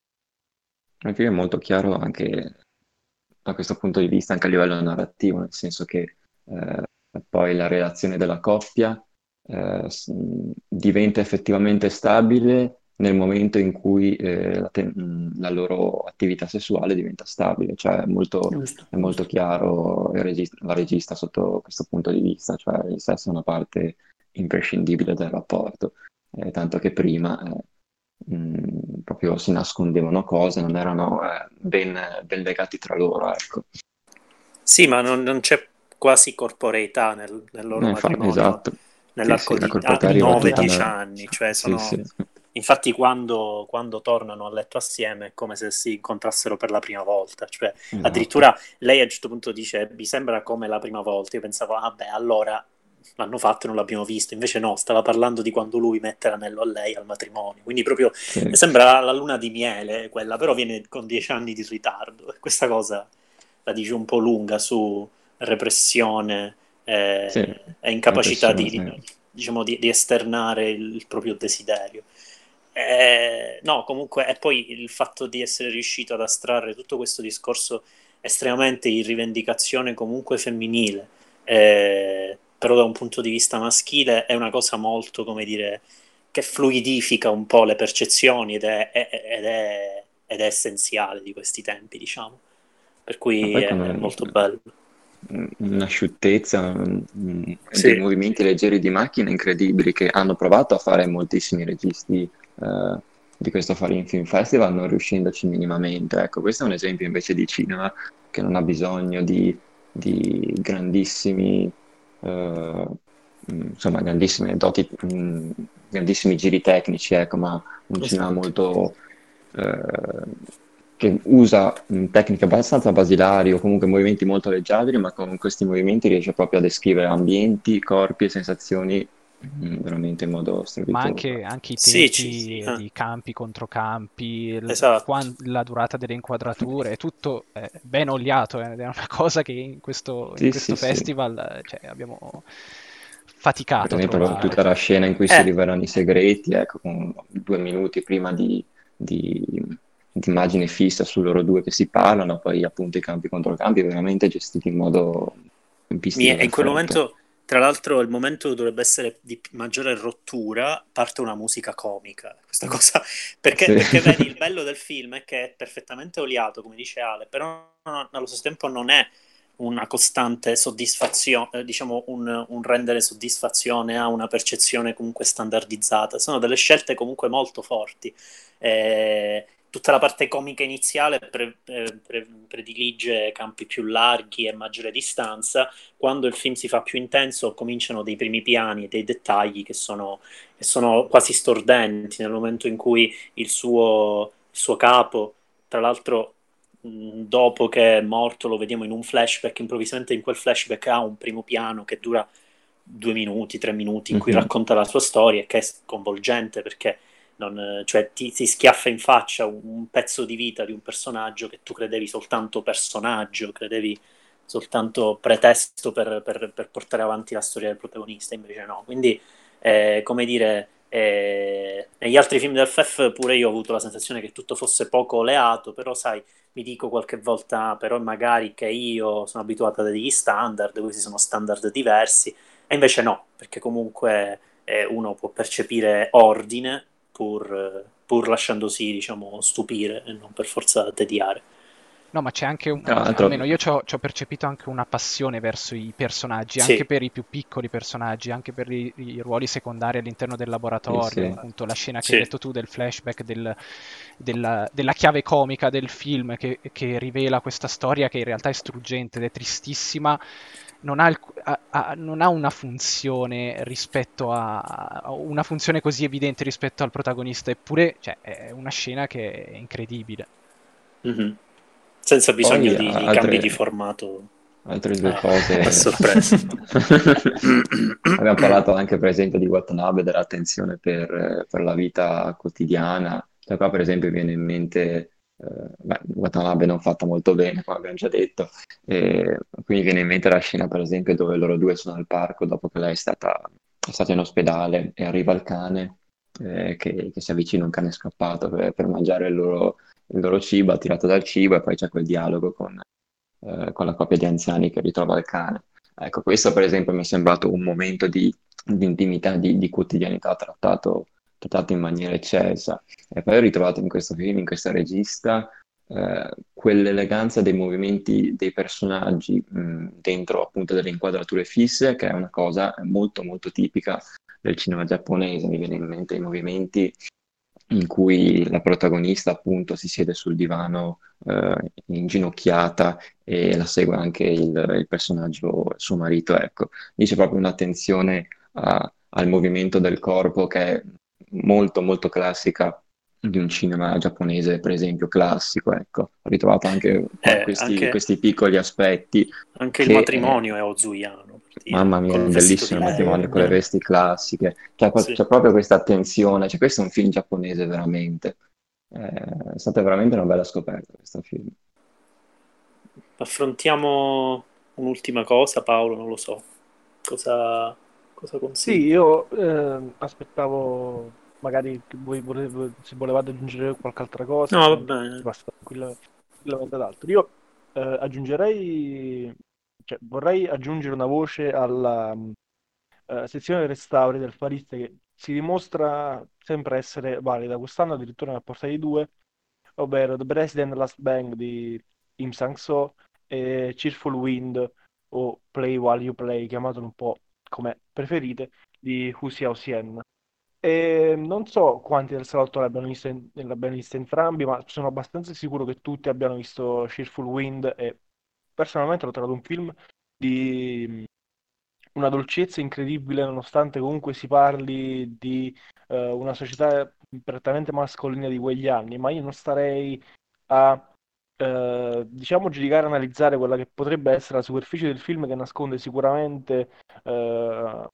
Il film è molto chiaro anche da questo punto di vista, anche a livello narrativo, nel senso che eh, poi la relazione della coppia eh, s- diventa effettivamente stabile nel momento in cui eh, la, te- mh, la loro attività sessuale diventa stabile, cioè è molto, Giusto, è molto giusto. chiaro il regista- la regista sotto questo punto di vista, cioè il sesso è una parte imprescindibile del rapporto, eh, tanto che prima eh, mh, proprio si nascondevano cose, non erano eh, ben, ben legati tra loro, ecco. Sì, ma non, non c'è quasi corporeità nel, nel loro Eh, fa- matrimonio esatto, sì, nell'arco sì, la di corporatà arriva Esatto, nove tutta dieci esatto. da... anni, cioè Sì, sono... sì, Infatti quando, quando tornano a letto assieme è come se si incontrassero per la prima volta, cioè esatto. addirittura lei a un certo punto dice mi sembra come la prima volta, io pensavo ah beh allora l'hanno fatto e non l'abbiamo visto, invece no, stava parlando di quando lui mette l'anello a lei al matrimonio, quindi proprio Sì, sembra la luna di miele quella, però viene con dieci anni di ritardo e questa cosa la dice un po' lunga su repressione sì, eh, e incapacità repressione, di, sì. di- diciamo, di, di esternare il, il proprio desiderio. Eh, no, comunque, e poi il fatto di essere riuscito ad astrarre tutto questo discorso estremamente di rivendicazione comunque femminile, eh, però da un punto di vista maschile è una cosa molto, come dire, che fluidifica un po' le percezioni ed è, è- ed è- ed è essenziale di questi tempi, diciamo. Per Ma cui poi è, con è un- molto bello. un'asciuttezza, un- dei Sì. movimenti leggeri di macchina incredibili che hanno provato a fare moltissimi registi eh, di questo Farin Film Festival, non riuscendoci minimamente. Ecco, questo è un esempio invece di cinema che non ha bisogno di, di grandissimi, eh, insomma, grandissime doti, mh, grandissimi giri tecnici, ecco, ma un cinema Esatto. molto eh, che usa mh, tecniche abbastanza basilari o comunque movimenti molto leggiadri, ma con questi movimenti riesce proprio a descrivere ambienti, corpi e sensazioni mh, veramente in modo Ma strepitoso. anche, anche i Sì, ci- tempi eh, di campi, controcampi, il- esatto. quan- la durata delle inquadrature, è tutto eh, ben oliato, eh, ed è una cosa che in questo, in Sì, questo sì, sì. festival eh, cioè, abbiamo Per faticato a esempio, lo- tutta trovare. la scena in cui si Eh, rivelano i segreti, ecco, con due minuti prima di, di, di immagine fissa su loro due che si parlano, poi appunto i campi contro campi, veramente gestiti in modo mi tempistico è- in quel perfetto. momento, tra l'altro, il momento dovrebbe essere di p- maggiore rottura, parte una musica comica. Questa cosa, perché, Sì. perché vedi, il bello del film è che è perfettamente oliato, come dice Ale, però non- allo stesso tempo non è una costante soddisfazione, eh, diciamo un, un rendere soddisfazione a una percezione comunque standardizzata. Sono delle scelte comunque molto forti. Eh, tutta la parte comica iniziale pre- eh, pre- predilige campi più larghi e maggiore distanza. Quando il film si fa più intenso, cominciano dei primi piani e dei dettagli che sono, che sono quasi stordenti nel momento in cui il suo, il suo capo, tra l'altro, mh, dopo che è morto, lo vediamo in un flashback. Improvvisamente in quel flashback ha un primo piano che dura due minuti, tre minuti, in cui Mhm. racconta la sua storia, e che è sconvolgente perché non, cioè, ti, ti schiaffa in faccia un, un pezzo di vita di un personaggio che tu credevi soltanto personaggio, credevi soltanto pretesto per, per- per portare avanti la storia del protagonista, invece no. Quindi, eh, come dire, eh, negli altri film del F F pure io ho avuto la sensazione che tutto fosse poco oleato, però sai, mi dico qualche volta, però magari che io sono abituato a degli standard, questi sono standard diversi, e invece no, perché comunque eh, uno può percepire ordine pur, pur lasciandosi, diciamo, stupire e non per forza tediare. No, ma c'è anche, un- Tra almeno l'altro, io ci ho, ci ho percepito anche una passione verso i personaggi, anche Sì, per i più piccoli personaggi, anche per i, i ruoli secondari all'interno del sì, laboratorio, sì. appunto la scena che hai sì. detto tu del flashback, del- della, della chiave comica del film che, che rivela questa storia che in realtà è struggente ed è tristissima, non ha, alc- ha- ha- non ha una funzione rispetto a, a una funzione così evidente rispetto al protagonista, eppure cioè, è una scena che è incredibile. Mhm. Senza bisogno Poi di, a- di cambi di altre, formato altre due a, a cose. sorpresa. Abbiamo parlato anche per esempio di Watanabe, dell'attenzione per, eh, per la vita quotidiana. Cioè, qua per esempio viene in mente, eh, beh, Watanabe non fatta molto bene, come abbiamo già detto, e quindi viene in mente la scena per esempio dove loro due sono al parco dopo che lei è stata, è stata in ospedale e arriva il cane, eh, che, che si avvicina, un cane scappato per, per mangiare il loro, il loro cibo, attirato dal cibo, e poi c'è quel dialogo con eh, con la coppia di anziani che ritrova il cane. Ecco, questo per esempio mi è sembrato un momento di, di intimità, di, di quotidianità trattato, trattato in maniera eccelsa. E poi ho ritrovato in questo film, in questa regista, eh, quell'eleganza dei movimenti dei personaggi mh, dentro appunto delle inquadrature fisse, che è una cosa molto molto tipica del cinema giapponese. Mi viene in mente i movimenti in cui la protagonista appunto si siede sul divano eh, inginocchiata e la segue anche il, il personaggio, suo marito, ecco. Lì c'è proprio un'attenzione a- al movimento del corpo che è molto molto classica di un cinema giapponese, per esempio, classico, ecco. Ho ritrovato anche qua Eh, questi, anche, questi piccoli aspetti anche il che eh, matrimonio è ozuyano, per dire, mamma mia, è col vestito di bellissimo il Ed lei. matrimonio con le Eh, è- vesti classiche. C'è, qua- sì. c'è proprio questa attenzione, cioè questo è un film giapponese veramente. Eh, è stata veramente una bella scoperta questo film. Affrontiamo un'ultima cosa, Paolo, non lo so. Cosa, cosa Sì, consigli? io eh, aspettavo magari che voi volevo- se volevate aggiungere qualche altra cosa, No, va se si bene. passa tranquilla- tranquillamente ad altro. Io eh, aggiungerei, cioè vorrei aggiungere una voce alla mh, eh, sezione restauri del Fariste che si dimostra sempre essere valida. Quest'anno addirittura ne ha portati due, ovvero The President Last Bang di Im Sang-soo e Cheerful Wind o Play While You Play, chiamatelo un po' come preferite, di Hu Xiaoxian. E non so quanti del salotto l'abbiano visto, in- l'abbiano visto entrambi, ma sono abbastanza sicuro che tutti abbiano visto Cheerful Wind e personalmente l'ho trovato un film di una dolcezza incredibile, nonostante comunque si parli di eh, una società prettamente mascolina di quegli anni, ma io non starei a eh, diciamo, giudicare e analizzare quella che potrebbe essere la superficie del film, che nasconde sicuramente eh,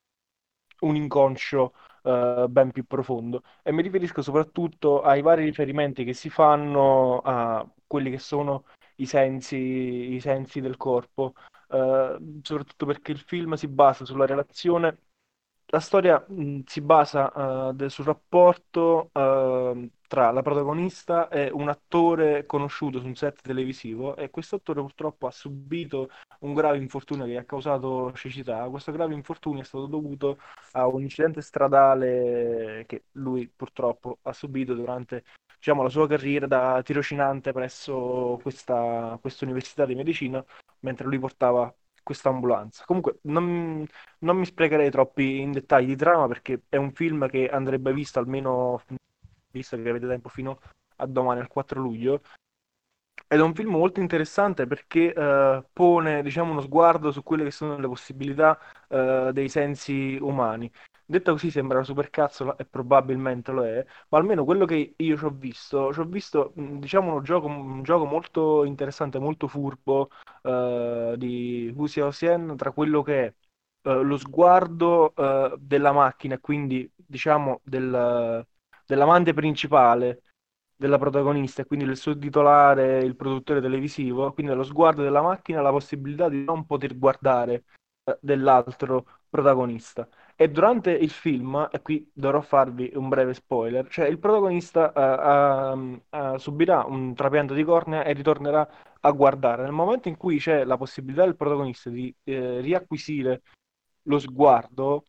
un inconscio eh, ben più profondo. E mi riferisco soprattutto ai vari riferimenti che si fanno a quelli che sono i sensi, i sensi del corpo, eh, soprattutto perché il film si basa sulla relazione. La storia mh, si basa eh, de- sul rapporto ehm, tra la protagonista e un attore conosciuto su un set televisivo, e questo attore purtroppo ha subito un grave infortunio che gli ha causato cecità. Questo grave infortunio è stato dovuto a un incidente stradale che lui purtroppo ha subito durante, diciamo, la sua carriera da tirocinante presso questa, questa università di medicina, mentre lui portava questa ambulanza. Comunque, non, non mi sprecherei troppi in dettagli di trama, perché è un film che andrebbe visto almeno, visto che avete tempo, fino a domani, al quattro luglio. Ed è un film molto interessante perché eh, pone, diciamo, uno sguardo su quelle che sono le possibilità eh, dei sensi umani. Detta così sembra una supercazzola, e probabilmente lo è, ma almeno quello che io ci ho visto, ci ho visto, mh, diciamo, uno gioco, un gioco molto interessante, molto furbo eh, di Wu Xiaoxian, tra quello che è eh, lo sguardo eh, della macchina, e quindi, diciamo, del, dell'amante principale della protagonista, e quindi del suo titolare, il produttore televisivo, quindi lo sguardo della macchina, la possibilità di non poter guardare eh, dell'altro protagonista. E durante il film, e qui dovrò farvi un breve spoiler, cioè il protagonista eh, ha- ha- subirà un trapianto di cornea e ritornerà a guardare. Nel momento in cui c'è la possibilità del protagonista di eh, riacquisire lo sguardo,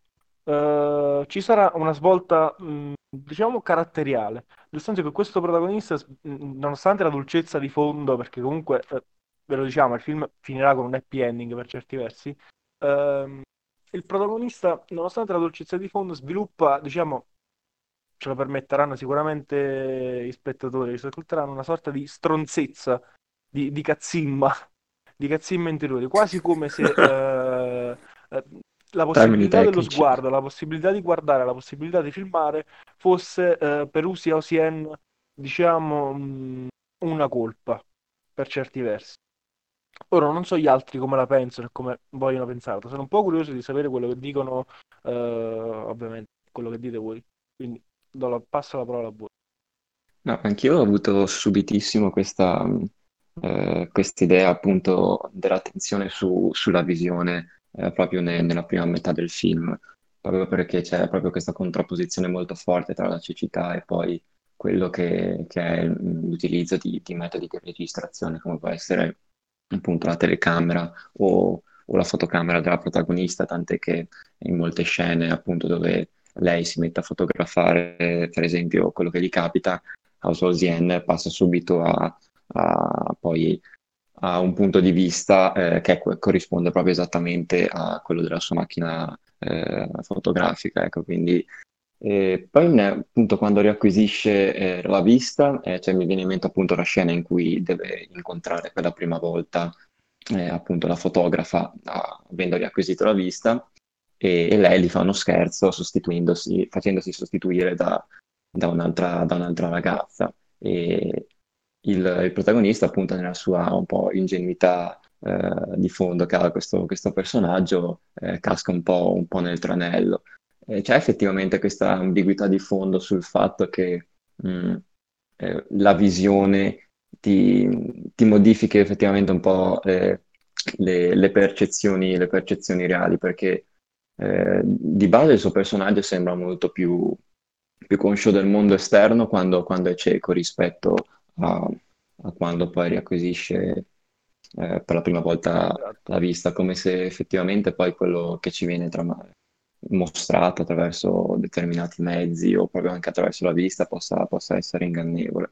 eh, ci sarà una svolta, mh, diciamo, caratteriale, nel senso che questo protagonista, s- mh, nonostante la dolcezza di fondo, perché comunque, eh, ve lo diciamo, il film finirà con un happy ending per certi versi, ehm, il protagonista, nonostante la dolcezza di fondo, sviluppa, diciamo, ce lo permetteranno sicuramente gli spettatori, ci ascolteranno, una sorta di stronzezza, di, di cazzimma, di cazzimma interiore, quasi come se eh, eh, la Termini possibilità dello tecnici. sguardo, la possibilità di guardare, la possibilità di filmare fosse eh, per Usi Osien, diciamo, mh, una colpa, per certi versi. Ora non so gli altri come la pensano e come vogliono pensarla. Sono un po' curioso di sapere quello che dicono, eh, ovviamente, quello che dite voi. Quindi do la- passo la parola a voi. No, anch'io ho avuto subitissimo questa mh, eh, quest'idea appunto dell'attenzione su- sulla visione eh, proprio ne- nella prima metà del film, proprio perché c'è proprio questa contrapposizione molto forte tra la cecità e poi quello che, che è mh, l'utilizzo di, di metodi di registrazione, come può essere appunto la telecamera o, o la fotocamera della protagonista, tant'è che in molte scene appunto dove lei si mette a fotografare, per esempio, quello che gli capita, House of Zien passa subito a, a poi a un punto di vista eh, che co- corrisponde proprio esattamente a quello della sua macchina eh, fotografica, ecco, quindi e poi ne- appunto quando riacquisisce eh, la vista, eh, cioè mi viene in mente appunto la scena in cui deve incontrare per la prima volta eh, appunto la fotografa ah, avendo riacquisito la vista e, e lei gli fa uno scherzo sostituendosi, facendosi sostituire da, da un'altra da un'altra ragazza. E il, il protagonista, appunto, nella sua un po' ingenuità eh, di fondo che ha questo, questo personaggio, eh, casca un po', un po' nel tranello. Eh, c'è effettivamente questa ambiguità di fondo sul fatto che mh, eh, la visione ti, ti modifichi effettivamente un po' eh, le, le percezioni, le percezioni reali, perché eh, di base il suo personaggio sembra molto più, più conscio del mondo esterno quando, quando è cieco rispetto a, a quando poi riacquisisce eh, per la prima volta Esatto. la vista, come se effettivamente poi quello che ci viene tra- mostrato attraverso determinati mezzi o proprio anche attraverso la vista possa, possa essere ingannevole.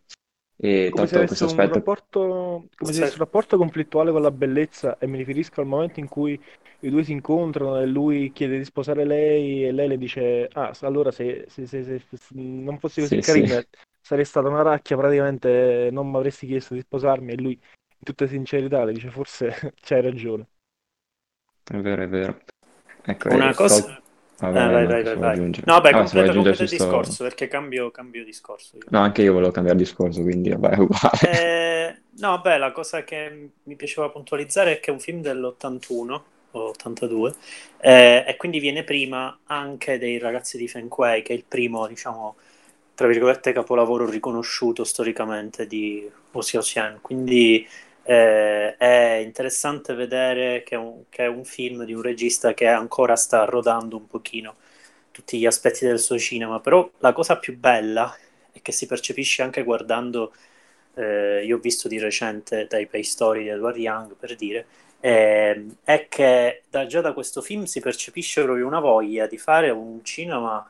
E Come se tolto avesse questo un aspetto, rapporto, come se avesse Se- un rapporto conflittuale con la bellezza, e mi riferisco al momento in cui i due si incontrano e lui chiede di sposare lei e lei le dice: ah, s- allora se, se- se- se- se non fossi così sì, sì, carina sarei stata una racchia, praticamente non mi avresti chiesto di sposarmi. E lui, in tutta sincerità, le dice: forse c'hai ragione. è vero, è vero. Ecco, una e cosa, tol- Ah, Eh, vai, vai, vai, vai, Marco, se vai, vuoi vai. aggiungere. No, beh, Ah, se vuoi completa, aggiungere completa ci il sto... discorso, perché cambio, cambio discorso io. No, anche io volevo cambiare discorso, quindi vabbè, è uguale. Eh, no, beh, la cosa che mi piaceva puntualizzare è che è un film dell'ottantuno o ottantadue, eh, e quindi viene prima anche dei Ragazzi di Feng Kuei, che è il primo, diciamo, tra virgolette, capolavoro riconosciuto storicamente di Wu Xiaoxian. Quindi eh, è interessante vedere che è, un, che è un film di un regista che ancora sta rodando un pochino tutti gli aspetti del suo cinema, però la cosa più bella e che si percepisce anche guardando, eh, io ho visto di recente Taipei Story di Edward Young, per dire, ehm, è che da- già da questo film si percepisce proprio una voglia di fare un cinema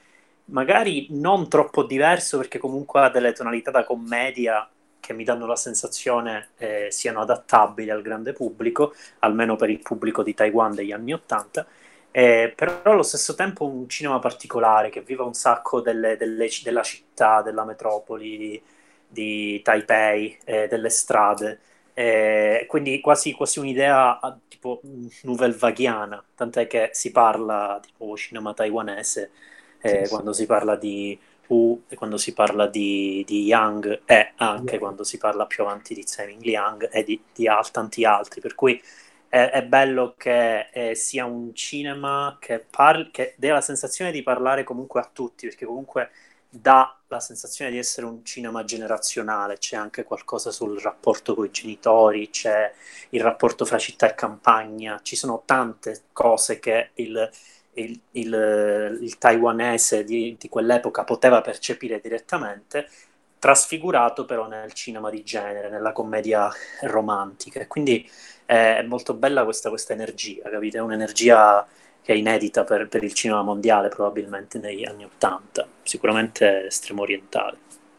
magari non troppo diverso, perché comunque ha delle tonalità da commedia che mi danno la sensazione eh, siano adattabili al grande pubblico, almeno per il pubblico di Taiwan degli anni Ottanta. Eh, però allo stesso tempo un cinema particolare che viva un sacco delle- delle- della città, della metropoli di, di Taipei, eh, delle strade. Eh, quindi quasi, quasi un'idea ah, tipo mm, nouvelle vaghiana, tant'è che si parla tipo cinema taiwanese Sì, eh, sì. quando si parla di Wu e quando si parla di, di Yang, e anche quando si parla più avanti di Tsai Ming Liang e di, di al- tanti altri, per cui è, è bello che eh, sia un cinema che, parli, che dà la sensazione di parlare comunque a tutti, perché comunque dà la sensazione di essere un cinema generazionale, c'è anche qualcosa sul rapporto con i genitori, c'è il rapporto fra città e campagna, ci sono tante cose che il, il, il, il taiwanese di, di quell'epoca poteva percepire direttamente, trasfigurato però nel cinema di genere, nella commedia romantica. E quindi è, è molto bella questa, questa energia, capite? È un'energia che è inedita per, per il cinema mondiale, probabilmente negli anni Ottanta, sicuramente estremo orientale.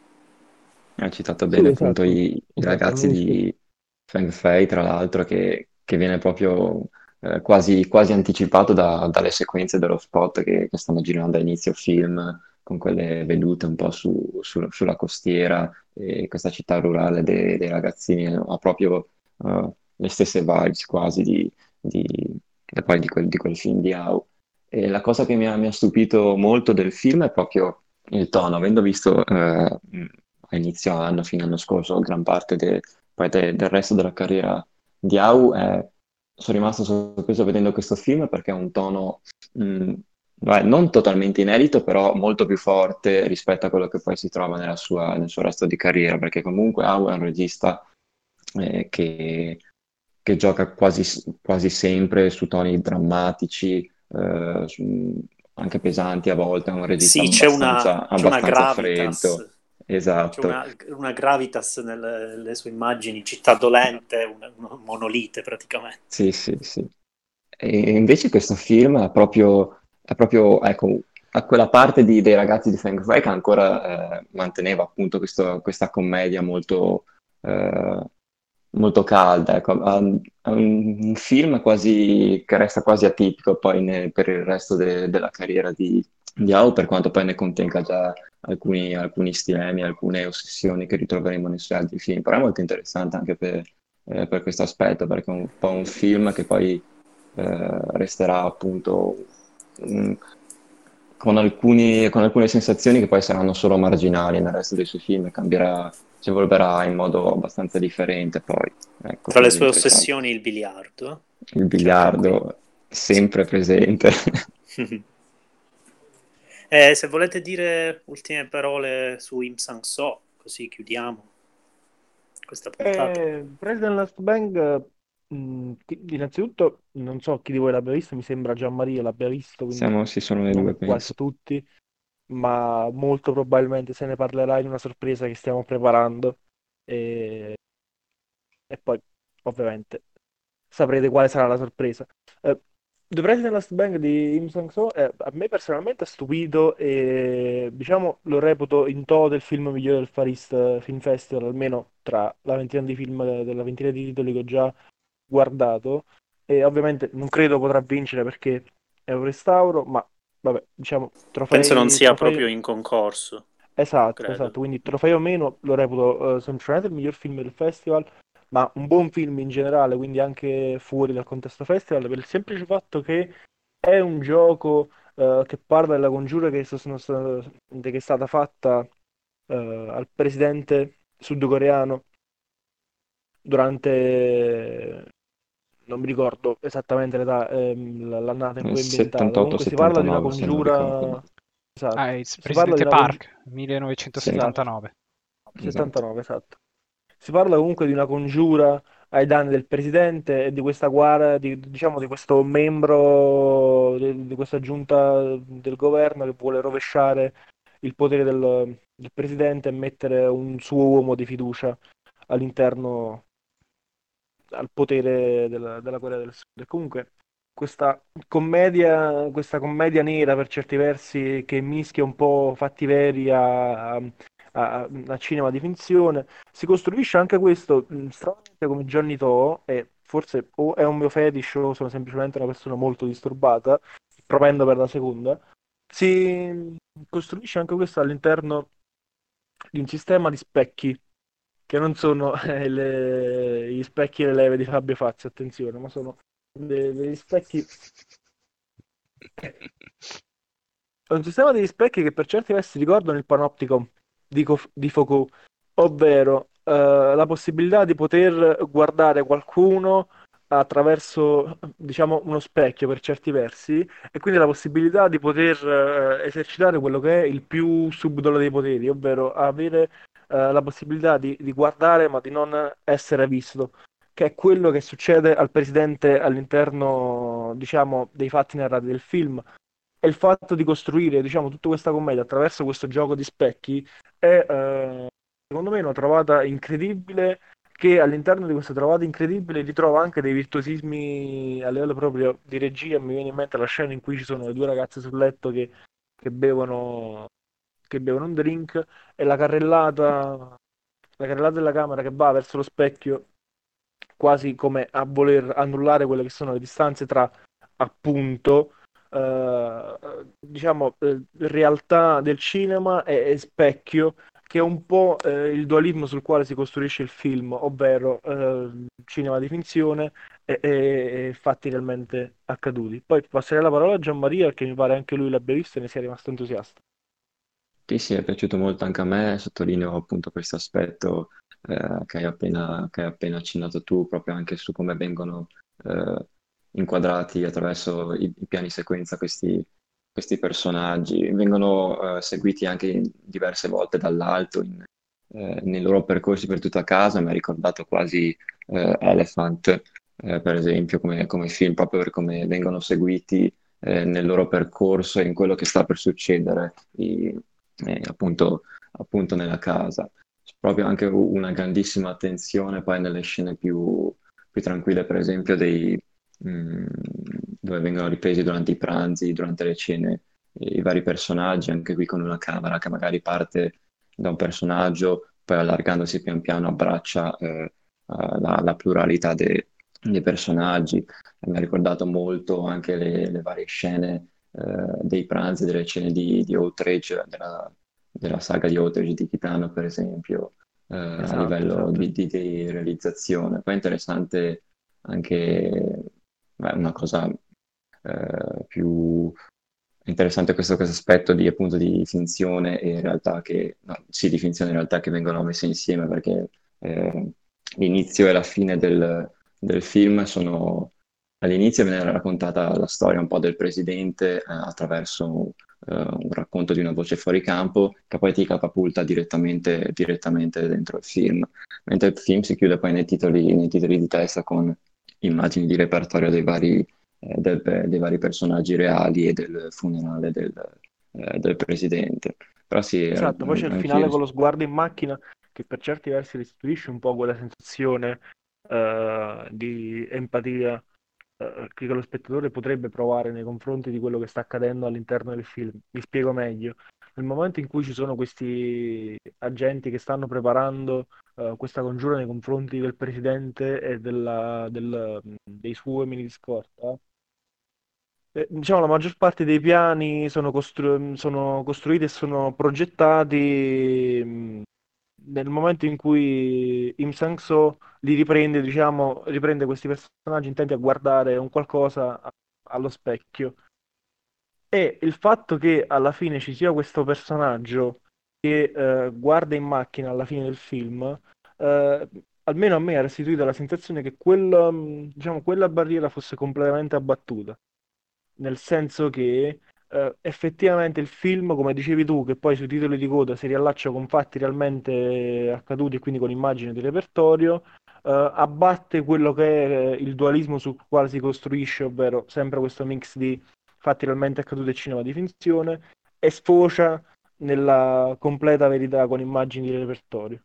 Hai citato Sì, bene appunto esatto. i, i Esatto, ragazzi lui sì. di Feng Fei, tra l'altro, che, che viene proprio eh, quasi, quasi anticipato da- dalle sequenze dello spot che, che stanno girando a inizio film, con quelle vedute un po' su- su- sulla costiera e questa città rurale de- dei ragazzini ha proprio eh, le stesse vibes quasi di, di, e poi di quel, di quel film di Au. E la cosa che mi ha, mi ha stupito molto del film è proprio il tono, avendo visto eh, a inizio anno, fine anno scorso, gran parte de- poi de- del resto della carriera di Au, eh, sono rimasto sorpreso vedendo questo film perché ha un tono mh, vai, non totalmente inedito, però molto più forte rispetto a quello che poi si trova nella sua- nel suo resto di carriera, perché comunque Au è un regista eh, che, che gioca quasi, quasi sempre su toni drammatici, eh, su- anche pesanti a volte, è un regista Sì, c'è una, abbastanza, c'è una abbastanza freddo. gravitas, c'è Esatto, una, una gravitas nelle, nelle sue immagini, città dolente, una, una monolite praticamente. sì, sì, sì. E invece questo film è proprio, è proprio, ecco, a quella parte di- dei ragazzi di Feng Shui che ancora eh, manteneva appunto questo- questa commedia molto, eh, molto calda. Ecco. Ha un, ha un- un film quasi, che resta quasi atipico poi ne- per il resto de- della carriera di, di Hao, per quanto poi ne contenga già alcuni, alcuni stilemi, alcune ossessioni che ritroveremo nei suoi altri film. Però è molto interessante anche per, eh, per questo aspetto, perché è un po' un film che poi eh, resterà appunto mm, con alcuni- con alcune sensazioni che poi saranno solo marginali nel resto dei suoi film, e cambierà, si evolverà in modo abbastanza differente poi. Ecco, Tra le quindi sue interessante. ossessioni il biliardo, Il che anche qui. biliardo sempre presente. Eh, se volete dire ultime parole su Im Sang-so, così chiudiamo questa puntata. Eh, President Last Bang, mh, chi- innanzitutto non so chi di voi l'abbia visto, mi sembra Gianmaria l'abbia visto, quindi Siamo, sì, sono le due, non penso. quasi tutti, ma molto probabilmente se ne parlerà in una sorpresa che stiamo preparando e, e poi ovviamente saprete quale sarà la sorpresa. Eh, The President Last Bang di Im Sang-soo eh, a me personalmente ha stupito e diciamo lo reputo in toto il film migliore del Far East eh, Film Festival, almeno tra la ventina di film, eh, della ventina di titoli che ho già guardato e ovviamente non credo potrà vincere perché è un restauro, ma vabbè, diciamo Penso non trofei, sia trofei proprio in concorso, esatto, credo. esatto, quindi trofeo o meno lo reputo eh, semplicemente il miglior film del festival, ma un buon film in generale, quindi anche fuori dal contesto festival, per il semplice fatto che è un gioco eh, che parla della congiura che, sono sta- che è stata fatta eh, al presidente sudcoreano durante, non mi ricordo esattamente l'età, ehm, l- l'annata in cui è ambientata. Comunque si parla di una settantotto settantanove se non ricordo congiura, male. Ah, esatto, il si parla di presidente una congiura, Park, esatto, millenovecentosettantanove. Esatto. settantanove, esatto. Si parla comunque di una congiura ai danni del presidente e di questa guardia, di, diciamo di questo membro di, di questa giunta del governo che vuole rovesciare il potere del, del presidente e mettere un suo uomo di fiducia all'interno al potere della, della Corea del Sud. E comunque questa commedia, questa commedia nera per certi versi che mischia un po' fatti veri a, a- a- a cinema di finzione, si costruisce anche questo mh, stranamente come Johnny To, e forse o è un mio fetish o sono semplicemente una persona molto disturbata, propendo per la seconda, si costruisce anche questo all'interno di un sistema di specchi che non sono eh, le- gli specchi e le leve di Fabio Fazio, attenzione, ma sono de- degli specchi. È un sistema degli specchi che per certi versi ricordano il panopticon di, Co- di Foucault, ovvero eh, la possibilità di poter guardare qualcuno attraverso, diciamo, uno specchio per certi versi, e quindi la possibilità di poter eh, esercitare quello che è il più subdolo dei poteri, ovvero avere eh, la possibilità di, di guardare ma di non essere visto, che è quello che succede al presidente all'interno, diciamo, dei fatti narrati del film. E il fatto di costruire, diciamo, tutta questa commedia attraverso questo gioco di specchi è, eh, secondo me, una trovata incredibile, che all'interno di questa trovata incredibile ritrova anche dei virtuosismi a livello proprio di regia. Mi viene in mente la scena in cui ci sono le due ragazze sul letto che, che bevono, che bevono un drink, e la carrellata, la carrellata della camera che va verso lo specchio, quasi come a voler annullare quelle che sono le distanze tra, appunto, eh, diciamo, eh, realtà del cinema e, e specchio, che è un po' eh, il dualismo sul quale si costruisce il film, ovvero eh, cinema di finzione e, e- e fatti realmente accaduti. Poi passerei la parola a Gianmaria, che mi pare anche lui l'abbia visto e ne sia rimasto entusiasta. Sì, sì, è piaciuto molto anche a me, sottolineo appunto questo aspetto eh, che hai appena, che hai appena accennato tu, proprio anche su come vengono eh, inquadrati attraverso i, i piani sequenza questi, questi personaggi. Vengono eh, seguiti anche diverse volte dall'alto in- eh, nei loro percorsi per tutta casa. Mi ha ricordato quasi eh, Elephant, eh, per esempio, come, come film, proprio per come vengono seguiti eh, nel loro percorso e in quello che sta per succedere eh, appunto, appunto nella casa. C'è proprio anche una grandissima attenzione poi nelle scene più, più tranquille, per esempio, dei, mh, dove vengono ripresi durante i pranzi, durante le cene, i vari personaggi, anche qui con una camera che magari parte da un personaggio, poi allargandosi pian piano abbraccia eh, la, la pluralità de- dei personaggi. Mi ha ricordato molto anche le, le varie scene eh, dei pranzi, delle scene di, di Outrage, della, della saga di Outrage di Kitano, per esempio, eh, a Esatto, livello esatto. di, di- di realizzazione. Poi è interessante anche beh, una cosa eh, più interessante questo, questo aspetto di appunto di finzione e realtà che, no, sì, di finzione e realtà che vengono messe insieme perché eh, l'inizio e la fine del, del film sono all'inizio viene raccontata la storia un po' del presidente eh, attraverso eh, un racconto di una voce fuori campo che poi ti catapulta direttamente, direttamente dentro il film, mentre il film si chiude poi nei titoli, nei titoli di testa con immagini di repertorio dei vari, eh, del- dei vari personaggi reali e del funerale del, eh, del presidente. Però sì, eh, Esatto, poi c'è il anch'io. finale con lo sguardo in macchina che per certi versi restituisce un po' quella sensazione eh, di empatia eh, che lo spettatore potrebbe provare nei confronti di quello che sta accadendo all'interno del film. Mi spiego meglio. Nel momento in cui ci sono questi agenti che stanno preparando eh, questa congiura nei confronti del presidente e della- del- dei suoi uomini di scorta, eh, diciamo, la maggior parte dei piani sono, costru- sono costruiti e sono progettati mh, nel momento in cui Im Sang-soo li riprende, diciamo, riprende questi personaggi intenti a guardare un qualcosa a- allo specchio. E il fatto che alla fine ci sia questo personaggio che eh, guarda in macchina alla fine del film, eh, almeno a me ha restituito la sensazione che quella, mh, diciamo, quella barriera fosse completamente abbattuta, nel senso che eh, effettivamente il film, come dicevi tu, che poi sui titoli di coda si riallaccia con fatti realmente accaduti e quindi con immagini di repertorio, eh, abbatte quello che è eh, il dualismo sul quale si costruisce, ovvero sempre questo mix di fatti realmente accaduti e cinema di finzione, e sfocia nella completa verità con immagini di repertorio.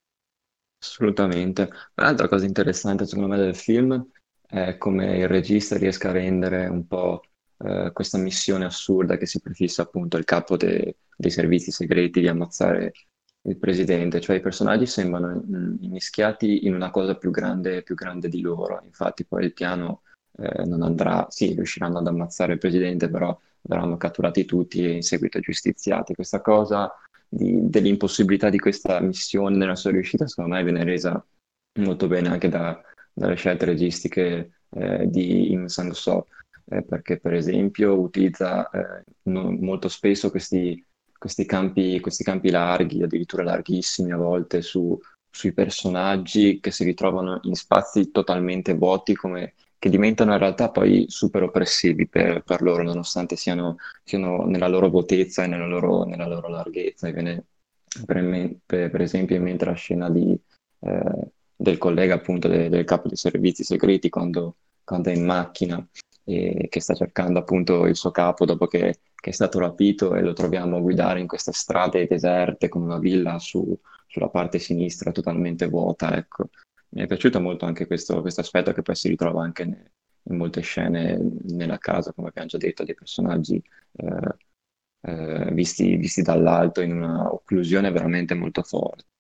Assolutamente. Un'altra cosa interessante secondo me del film è come il regista riesca a rendere un po' eh, questa missione assurda che si prefissa appunto il capo de- dei servizi segreti di ammazzare il presidente, cioè i personaggi sembrano mm, immischiati in una cosa più grande, più grande di loro. Infatti poi il piano eh, non andrà, sì, riusciranno ad ammazzare il presidente, però verranno catturati tutti e in seguito giustiziati. Questa cosa di- dell'impossibilità di questa missione nella sua riuscita, secondo me viene resa molto bene anche da- dalle scelte registiche eh, di Im Sang-soo, eh, perché per esempio utilizza eh, no- molto spesso questi, questi campi, questi campi larghi, addirittura larghissimi a volte, su- sui personaggi che si ritrovano in spazi totalmente vuoti, come, che diventano in realtà poi super oppressivi per, per loro, nonostante siano siano nella loro vuotezza e nella loro, nella loro larghezza. E viene per, me- per- per esempio in mente la scena di, eh, del collega appunto de- del capo dei servizi segreti quando, quando è in macchina e che sta cercando appunto il suo capo dopo che, che è stato rapito e lo troviamo a guidare in queste strade deserte con una villa su- sulla parte sinistra totalmente vuota, ecco. Mi è piaciuto molto anche questo, questo aspetto che poi si ritrova anche ne- in molte scene nella casa, come abbiamo già detto, dei personaggi eh, eh, visti, visti dall'alto in una occlusione veramente molto forte.